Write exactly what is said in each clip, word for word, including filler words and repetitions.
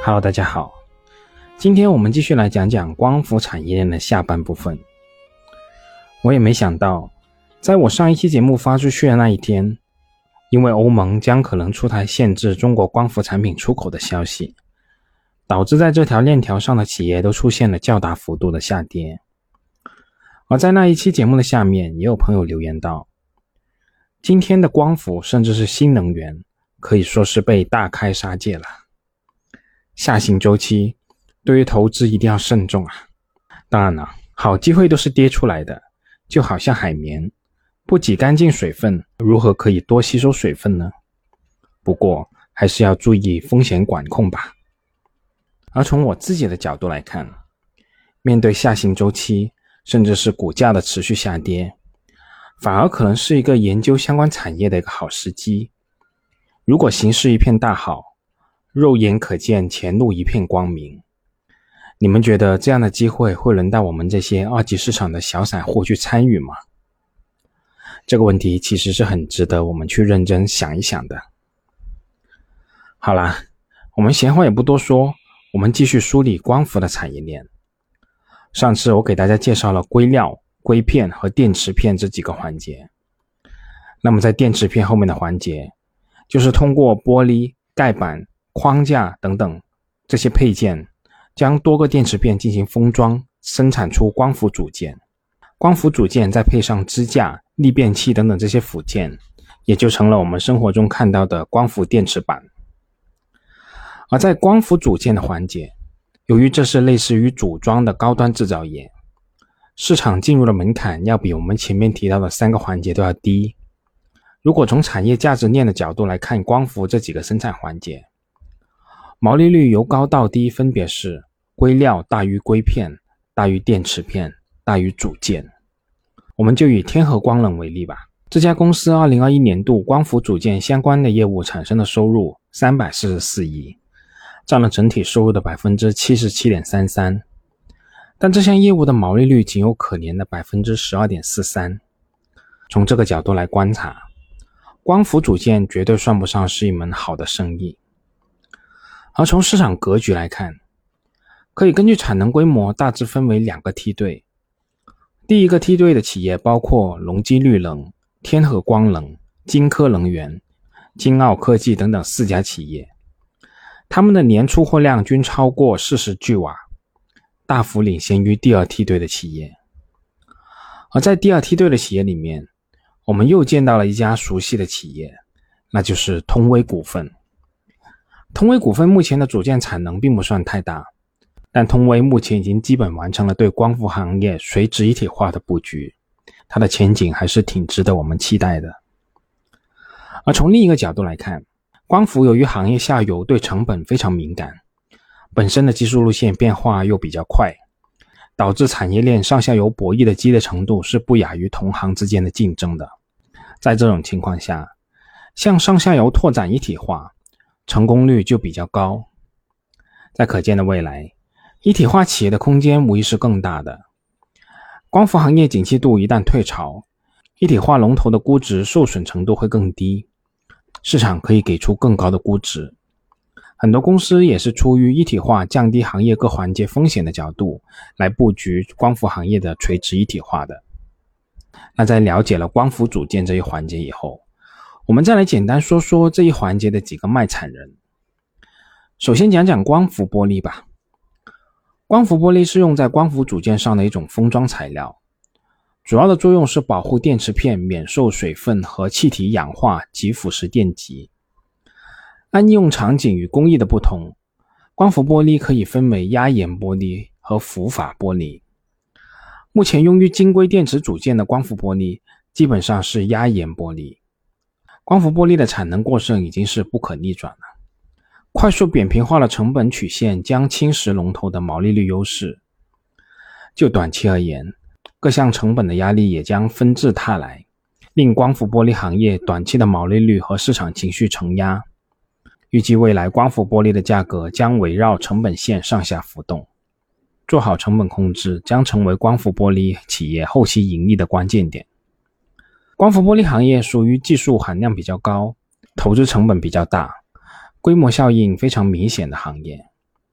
Hello， 大家好，今天我们继续来讲讲光伏产业链的下半部分。我也没想到，在我上一期节目发出去的那一天，因为欧盟将可能出台限制中国光伏产品出口的消息，导致在这条链条上的企业都出现了较大幅度的下跌。而在那一期节目的下面，也有朋友留言道，今天的光伏甚至是新能源，可以说是被大开杀戒了。下行周期对于投资一定要慎重啊！当然了，好机会都是跌出来的，就好像海绵，不挤干净水分，如何可以多吸收水分呢？不过还是要注意风险管控吧。而从我自己的角度来看，面对下行周期，甚至是股价的持续下跌，反而可能是一个研究相关产业的一个好时机。如果形势一片大好，肉眼可见前路一片光明，你们觉得这样的机会会轮到我们这些二级市场的小散户去参与吗？这个问题其实是很值得我们去认真想一想的。好啦，我们闲话也不多说，我们继续梳理光伏的产业链。上次我给大家介绍了硅料、硅片和电池片这几个环节。那么在电池片后面的环节，就是通过玻璃、盖板、框架等等这些配件，将多个电池片进行封装，生产出光伏组件。光伏组件再配上支架、逆变器等等这些辅件，也就成了我们生活中看到的光伏电池板。而在光伏组件的环节，由于这是类似于组装的高端制造业，市场进入的门槛要比我们前面提到的三个环节都要低。如果从产业价值链的角度来看光伏这几个生产环节，毛利率由高到低分别是硅料大于硅片，大于电池片，大于组件。我们就以天合光能为例吧，这家公司二零二一年度光伏组件相关的业务产生的收入三百四十四亿，占了整体收入的 百分之七十七点三三， 但这项业务的毛利率仅有可怜的 百分之十二点四三。 从这个角度来观察，光伏组件绝对算不上是一门好的生意。而从市场格局来看，可以根据产能规模大致分为两个梯队。第一个梯队的企业包括隆基绿能、天合光能、金科能源、金奥科技等等四家企业，他们的年出货量均超过四十巨瓦，大幅领先于第二梯队的企业。而在第二梯队的企业里面，我们又见到了一家熟悉的企业，那就是通威股份。通威股份目前的组件产能并不算太大，但通威目前已经基本完成了对光伏行业垂直一体化的布局，它的前景还是挺值得我们期待的。而从另一个角度来看，光伏由于行业下游对成本非常敏感，本身的技术路线变化又比较快，导致产业链上下游博弈的激烈程度是不亚于同行之间的竞争的。在这种情况下，向上下游拓展一体化，成功率就比较高。在可见的未来，一体化企业的空间无疑是更大的。光伏行业景气度一旦退潮，一体化龙头的估值受损程度会更低，市场可以给出更高的估值。很多公司也是出于一体化降低行业各环节风险的角度来布局光伏行业的垂直一体化的。那在了解了光伏组件这一环节以后，我们再来简单说说这一环节的几个卖产人。首先讲讲光伏玻璃吧。光伏玻璃是用在光伏组件上的一种封装材料，主要的作用是保护电池片免受水分和气体氧化及腐蚀电极。按应用场景与工艺的不同，光伏玻璃可以分为压延玻璃和浮法玻璃。目前用于晶硅电池组件的光伏玻璃基本上是压延玻璃。光伏玻璃的产能过剩已经是不可逆转了，快速扁平化的成本曲线将侵蚀龙头的毛利率优势。就短期而言，各项成本的压力也将纷至沓来，令光伏玻璃行业短期的毛利率和市场情绪承压。预计未来光伏玻璃的价格将围绕成本线上下浮动，做好成本控制将成为光伏玻璃企业后期盈利的关键点。光伏玻璃行业属于技术含量比较高，投资成本比较大，规模效应非常明显的行业。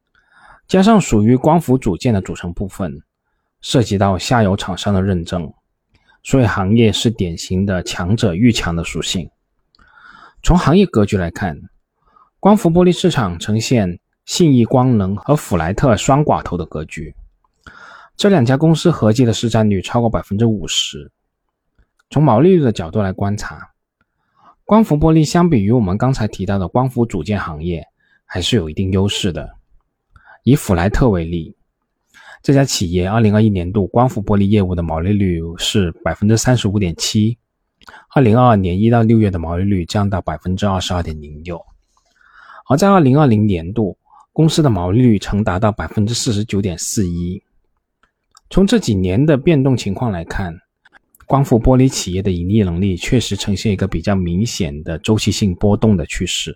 加上属于光伏组件的组成部分，涉及到下游厂商的认证，所以行业是典型的强者愈强的属性。从行业格局来看，光伏玻璃市场呈现信义光能和普莱特双寡头的格局，这两家公司合计的市占率超过 百分之五十。 从毛利率的角度来观察，光伏玻璃相比于我们刚才提到的光伏组件行业还是有一定优势的。以普莱特为例，这家企业二零二一年度光伏玻璃业务的毛利率是 百分之三十五点七， 二零二二年一到六月的毛利率降到 百分之二十二点零六， 而在二零二零年度公司的毛利率曾达到 百分之四十九点四一。 从这几年的变动情况来看，光伏玻璃企业的盈利能力确实呈现一个比较明显的周期性波动的趋势。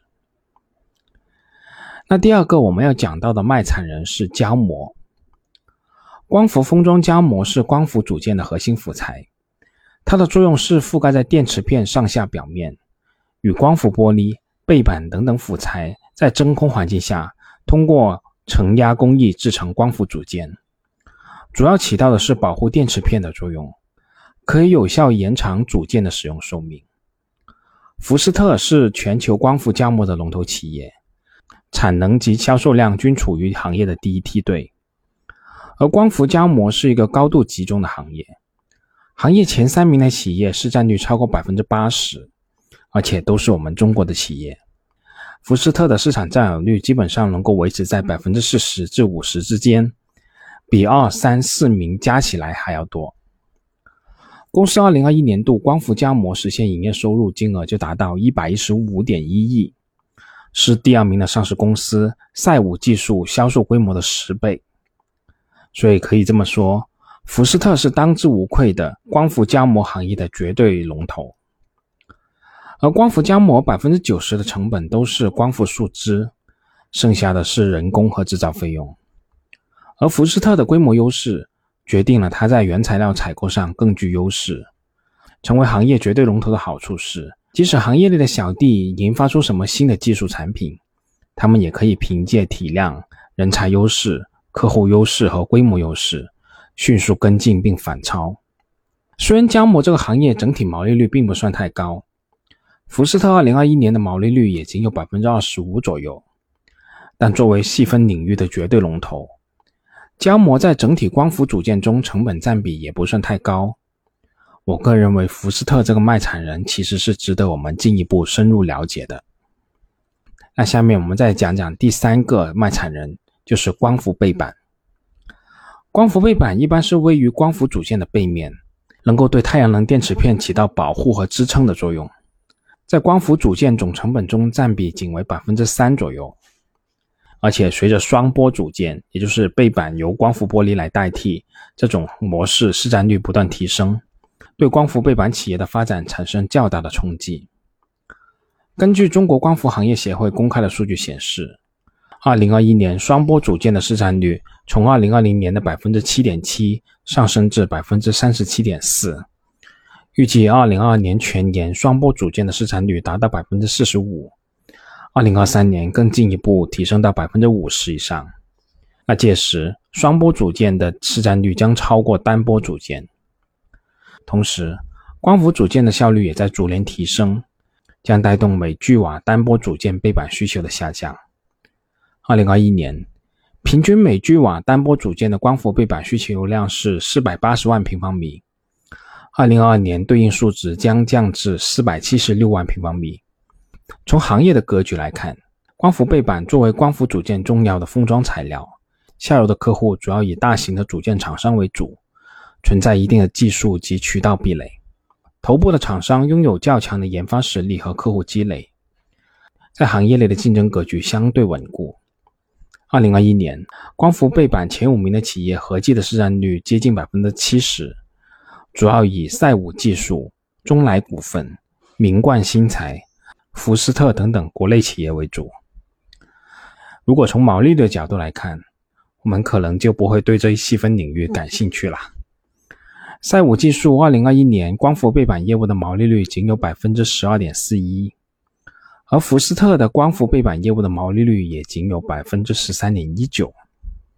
那第二个我们要讲到的卖产人是胶膜。光伏封装胶膜是光伏组件的核心辅材，它的作用是覆盖在电池片上下表面，与光伏玻璃、背板等等辅材在真空环境下通过承压工艺制成光伏组件，主要起到的是保护电池片的作用，可以有效延长组件的使用寿命。福斯特是全球光伏胶膜的龙头企业，产能及销售量均处于行业的第一梯队。而光伏胶膜是一个高度集中的行业，行业前三名的企业市占率超过 百分之八十， 而且都是我们中国的企业。福斯特的市场占有率基本上能够维持在 百分之四十至五十 之间，比二三四名加起来还要多。公司二零二一年度光伏胶膜实现营业收入金额就达到 一百一十五点一亿，是第二名的上市公司赛武技术销售规模的十倍。所以可以这么说，福斯特是当之无愧的光伏胶膜行业的绝对龙头。而光伏胶膜 百分之九十 的成本都是光伏树脂，剩下的是人工和制造费用。而福斯特的规模优势决定了它在原材料采购上更具优势。成为行业绝对龙头的好处是，即使行业内的小弟研发出什么新的技术产品，他们也可以凭借体量、人才优势、客户优势和规模优势迅速跟进并反超。虽然胶膜这个行业整体毛利率并不算太高，福斯特二零二一年的毛利率也仅有 百分之二十五 左右，但作为细分领域的绝对龙头，胶膜在整体光伏组件中成本占比也不算太高。我个人认为福斯特这个卖产人其实是值得我们进一步深入了解的。那下面我们再讲讲第三个卖产人，就是光伏背板。光伏背板一般是位于光伏组件的背面，能够对太阳能电池片起到保护和支撑的作用，在光伏组件总成本中占比仅为 百分之三 左右。而且随着双波组件，也就是背板由光伏玻璃来代替，这种模式市占率不断提升，对光伏背板企业的发展产生较大的冲击。根据中国光伏行业协会公开的数据显示，二零二一年双波组件的市占率从二零二零年的 百分之七点七 上升至 百分之三十七点四， 预计二零二二年全年双波组件的市占率达到 百分之四十五， 二零二三年更进一步提升到 百分之五十 以上。那届时双波组件的市占率将超过单波组件。同时光伏组件的效率也在逐年提升，将带动每巨瓦单波组件背板需求的下降。二零二一年平均每巨瓦单波组件的光伏背板需求量是四百八十万平方米，二零二二年对应数值将降至四百七十六万平方米。从行业的格局来看，光伏背板作为光伏组件重要的封装材料，下游的客户主要以大型的组件厂商为主，存在一定的技术及渠道壁垒。头部的厂商拥有较强的研发实力和客户积累，在行业内的竞争格局相对稳固。二零二一年光伏背板前五名的企业合计的市占率接近 百分之七十， 主要以赛武技术、中来股份、明冠新材、福斯特等等国内企业为主。如果从毛利率的角度来看，我们可能就不会对这一细分领域感兴趣了。赛武技术二零二一年光伏背板业务的毛利率仅有 百分之十二点四一， 而福斯特的光伏背板业务的毛利率也仅有 百分之十三点一九。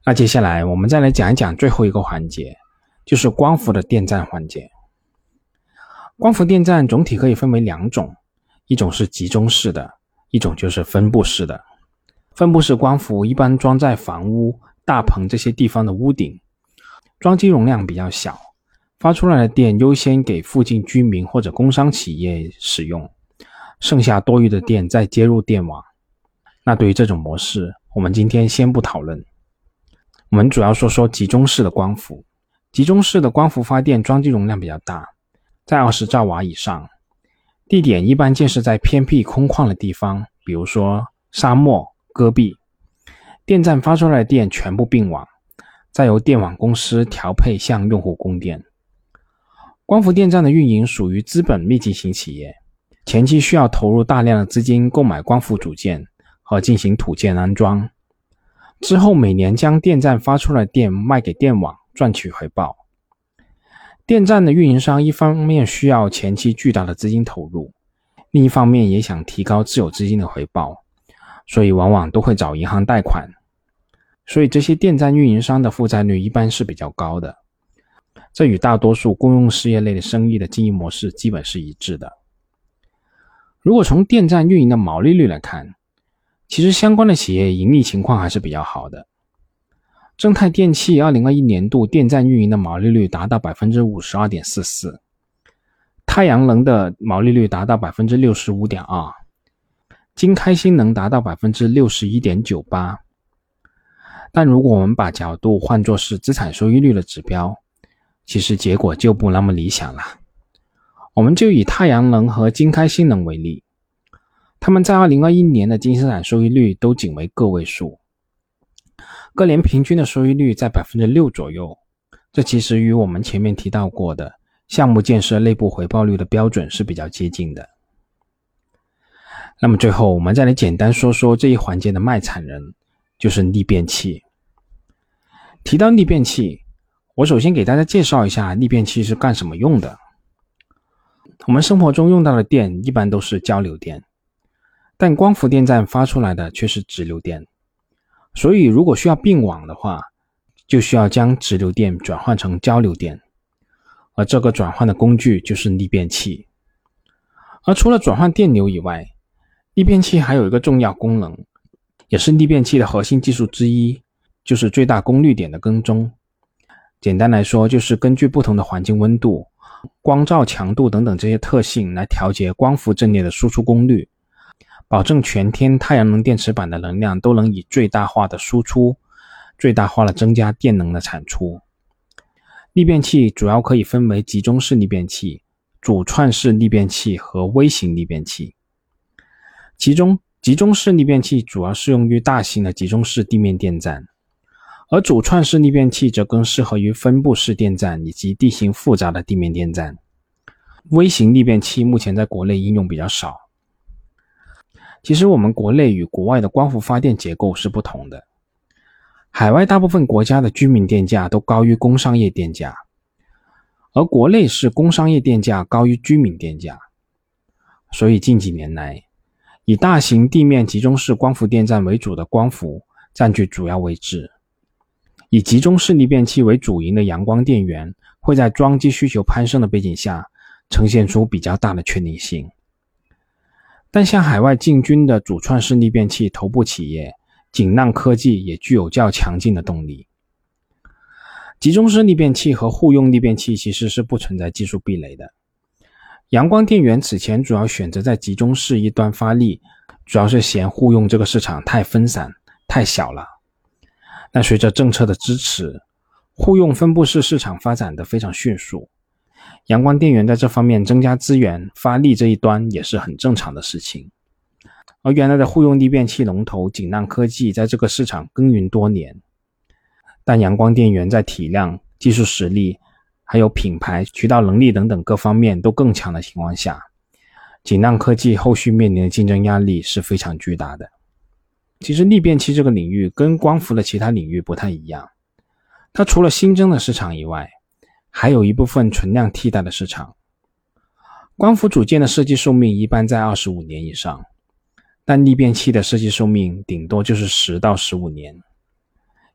那接下来我们再来讲一讲最后一个环节，就是光伏的电站环节。光伏电站总体可以分为两种，一种是集中式的，一种就是分布式的。分布式光伏一般装在房屋、大棚这些地方的屋顶，装机容量比较小，发出来的电优先给附近居民或者工商企业使用，剩下多余的电再接入电网。那对于这种模式，我们今天先不讨论。我们主要说说集中式的光伏。集中式的光伏发电装机容量比较大，在二十兆瓦以上，地点一般建设在偏僻空旷的地方，比如说沙漠、戈壁。电站发出来的电全部并网，再由电网公司调配向用户供电。光伏电站的运营属于资本密集型企业，前期需要投入大量的资金购买光伏组件和进行土建安装，之后每年将电站发出来的电卖给电网赚取回报。电站的运营商一方面需要前期巨大的资金投入，另一方面也想提高自有资金的回报，所以往往都会找银行贷款。所以这些电站运营商的负债率一般是比较高的，这与大多数公用事业类的生意的经营模式基本是一致的。如果从电站运营的毛利率来看，其实相关的企业盈利情况还是比较好的。正泰电器二零二一年度电站运营的毛利率达到 百分之五十二点四四， 太阳能的毛利率达到 百分之六十五点二， 金开新能达到 百分之六十一点九八。 但如果我们把角度换作是资产收益率的指标，其实结果就不那么理想了。我们就以太阳能和金开新能为例，他们在二零二一年的净资产收益率都仅为个位数，各年平均的收益率在 百分之六 左右，这其实与我们前面提到过的项目建设内部回报率的标准是比较接近的。那么最后我们再来简单说说这一环节的卖惨人，就是逆变器。提到逆变器，我首先给大家介绍一下逆变器是干什么用的。我们生活中用到的电一般都是交流电，但光伏电站发出来的却是直流电，所以如果需要并网的话，就需要将直流电转换成交流电，而这个转换的工具就是逆变器。而除了转换电流以外，逆变器还有一个重要功能，也是逆变器的核心技术之一，就是最大功率点的跟踪。简单来说，就是根据不同的环境温度、光照强度等等这些特性来调节光伏阵列的输出功率，保证全天太阳能电池板的能量都能以最大化的输出，最大化的增加电能的产出。逆变器主要可以分为集中式逆变器、主串式逆变器和微型逆变器。其中集中式逆变器主要适用于大型的集中式地面电站，而主串式逆变器则更适合于分布式电站以及地形复杂的地面电站。微型逆变器目前在国内应用比较少。其实我们国内与国外的光伏发电结构是不同的，海外大部分国家的居民电价都高于工商业电价，而国内是工商业电价高于居民电价。所以近几年来，以大型地面集中式光伏电站为主的光伏占据主要位置，以集中式逆变器为主营的阳光电源会在装机需求攀升的背景下呈现出比较大的确定性。但向海外进军的主串式逆变器头部企业景浪科技也具有较强劲的动力。集中式逆变器和互用逆变器其实是不存在技术壁垒的。阳光电源此前主要选择在集中式一端发力，主要是嫌互用这个市场太分散太小了。但随着政策的支持，互用分布式市场发展得非常迅速，阳光电源在这方面增加资源发力这一端也是很正常的事情。而原来的互用逆变器龙头景浪科技在这个市场耕耘多年，但阳光电源在体量、技术实力还有品牌、渠道能力等等各方面都更强的情况下，景浪科技后续面临的竞争压力是非常巨大的。其实逆变器这个领域跟光伏的其他领域不太一样，它除了新增的市场以外，还有一部分存量替代的市场。光伏组件的设计寿命一般在二十五年以上，但逆变器的设计寿命顶多就是十到十五年。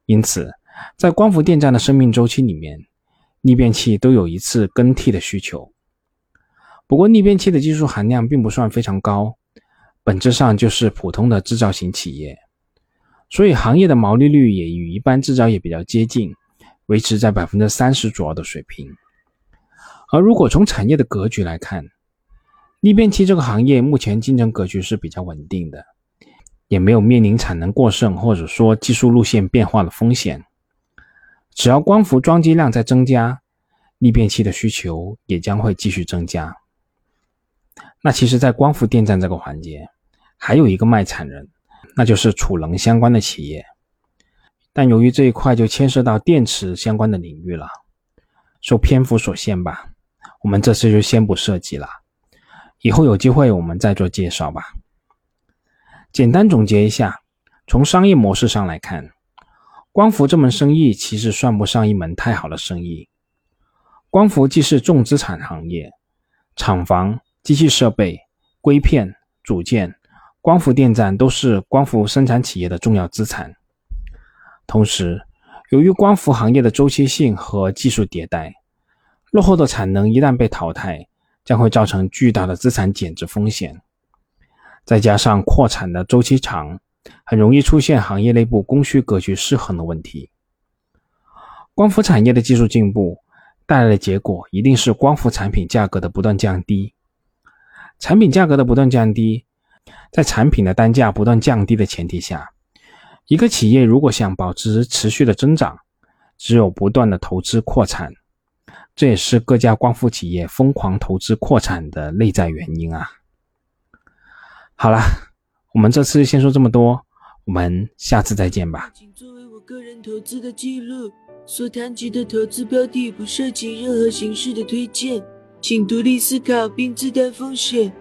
因此在光伏电站的生命周期里面，逆变器都有一次更替的需求。不过逆变器的技术含量并不算非常高，本质上就是普通的制造型企业，所以行业的毛利率也与一般制造业比较接近，维持在 百分之三十 左右的水平。而如果从产业的格局来看，逆变器这个行业目前竞争格局是比较稳定的，也没有面临产能过剩或者说技术路线变化的风险。只要光伏装机量在增加，逆变器的需求也将会继续增加。那其实在光伏电站这个环节，还有一个卖惨人，那就是储能相关的企业。但由于这一块就牵涉到电池相关的领域了，受篇幅所限吧，我们这次就先不涉及了，以后有机会我们再做介绍吧。简单总结一下，从商业模式上来看，光伏这门生意其实算不上一门太好的生意。光伏既是重资产行业，厂房、机器设备、硅片、组件、光伏电站都是光伏生产企业的重要资产。同时，由于光伏行业的周期性和技术迭代，落后的产能一旦被淘汰，将会造成巨大的资产减值风险。再加上扩产的周期长，很容易出现行业内部供需格局失衡的问题。光伏产业的技术进步带来的结果一定是光伏产品价格的不断降低。产品价格的不断降低，在产品的单价不断降低的前提下，一个企业如果想保持持续的增长，只有不断的投资扩产，这也是各家光伏企业疯狂投资扩产的内在原因啊。好了，我们这次先说这么多，我们下次再见吧。 仅作为我个人投资的记录，所谈及的投资标的不涉及任何形式的推荐，请独立思考并自担风险。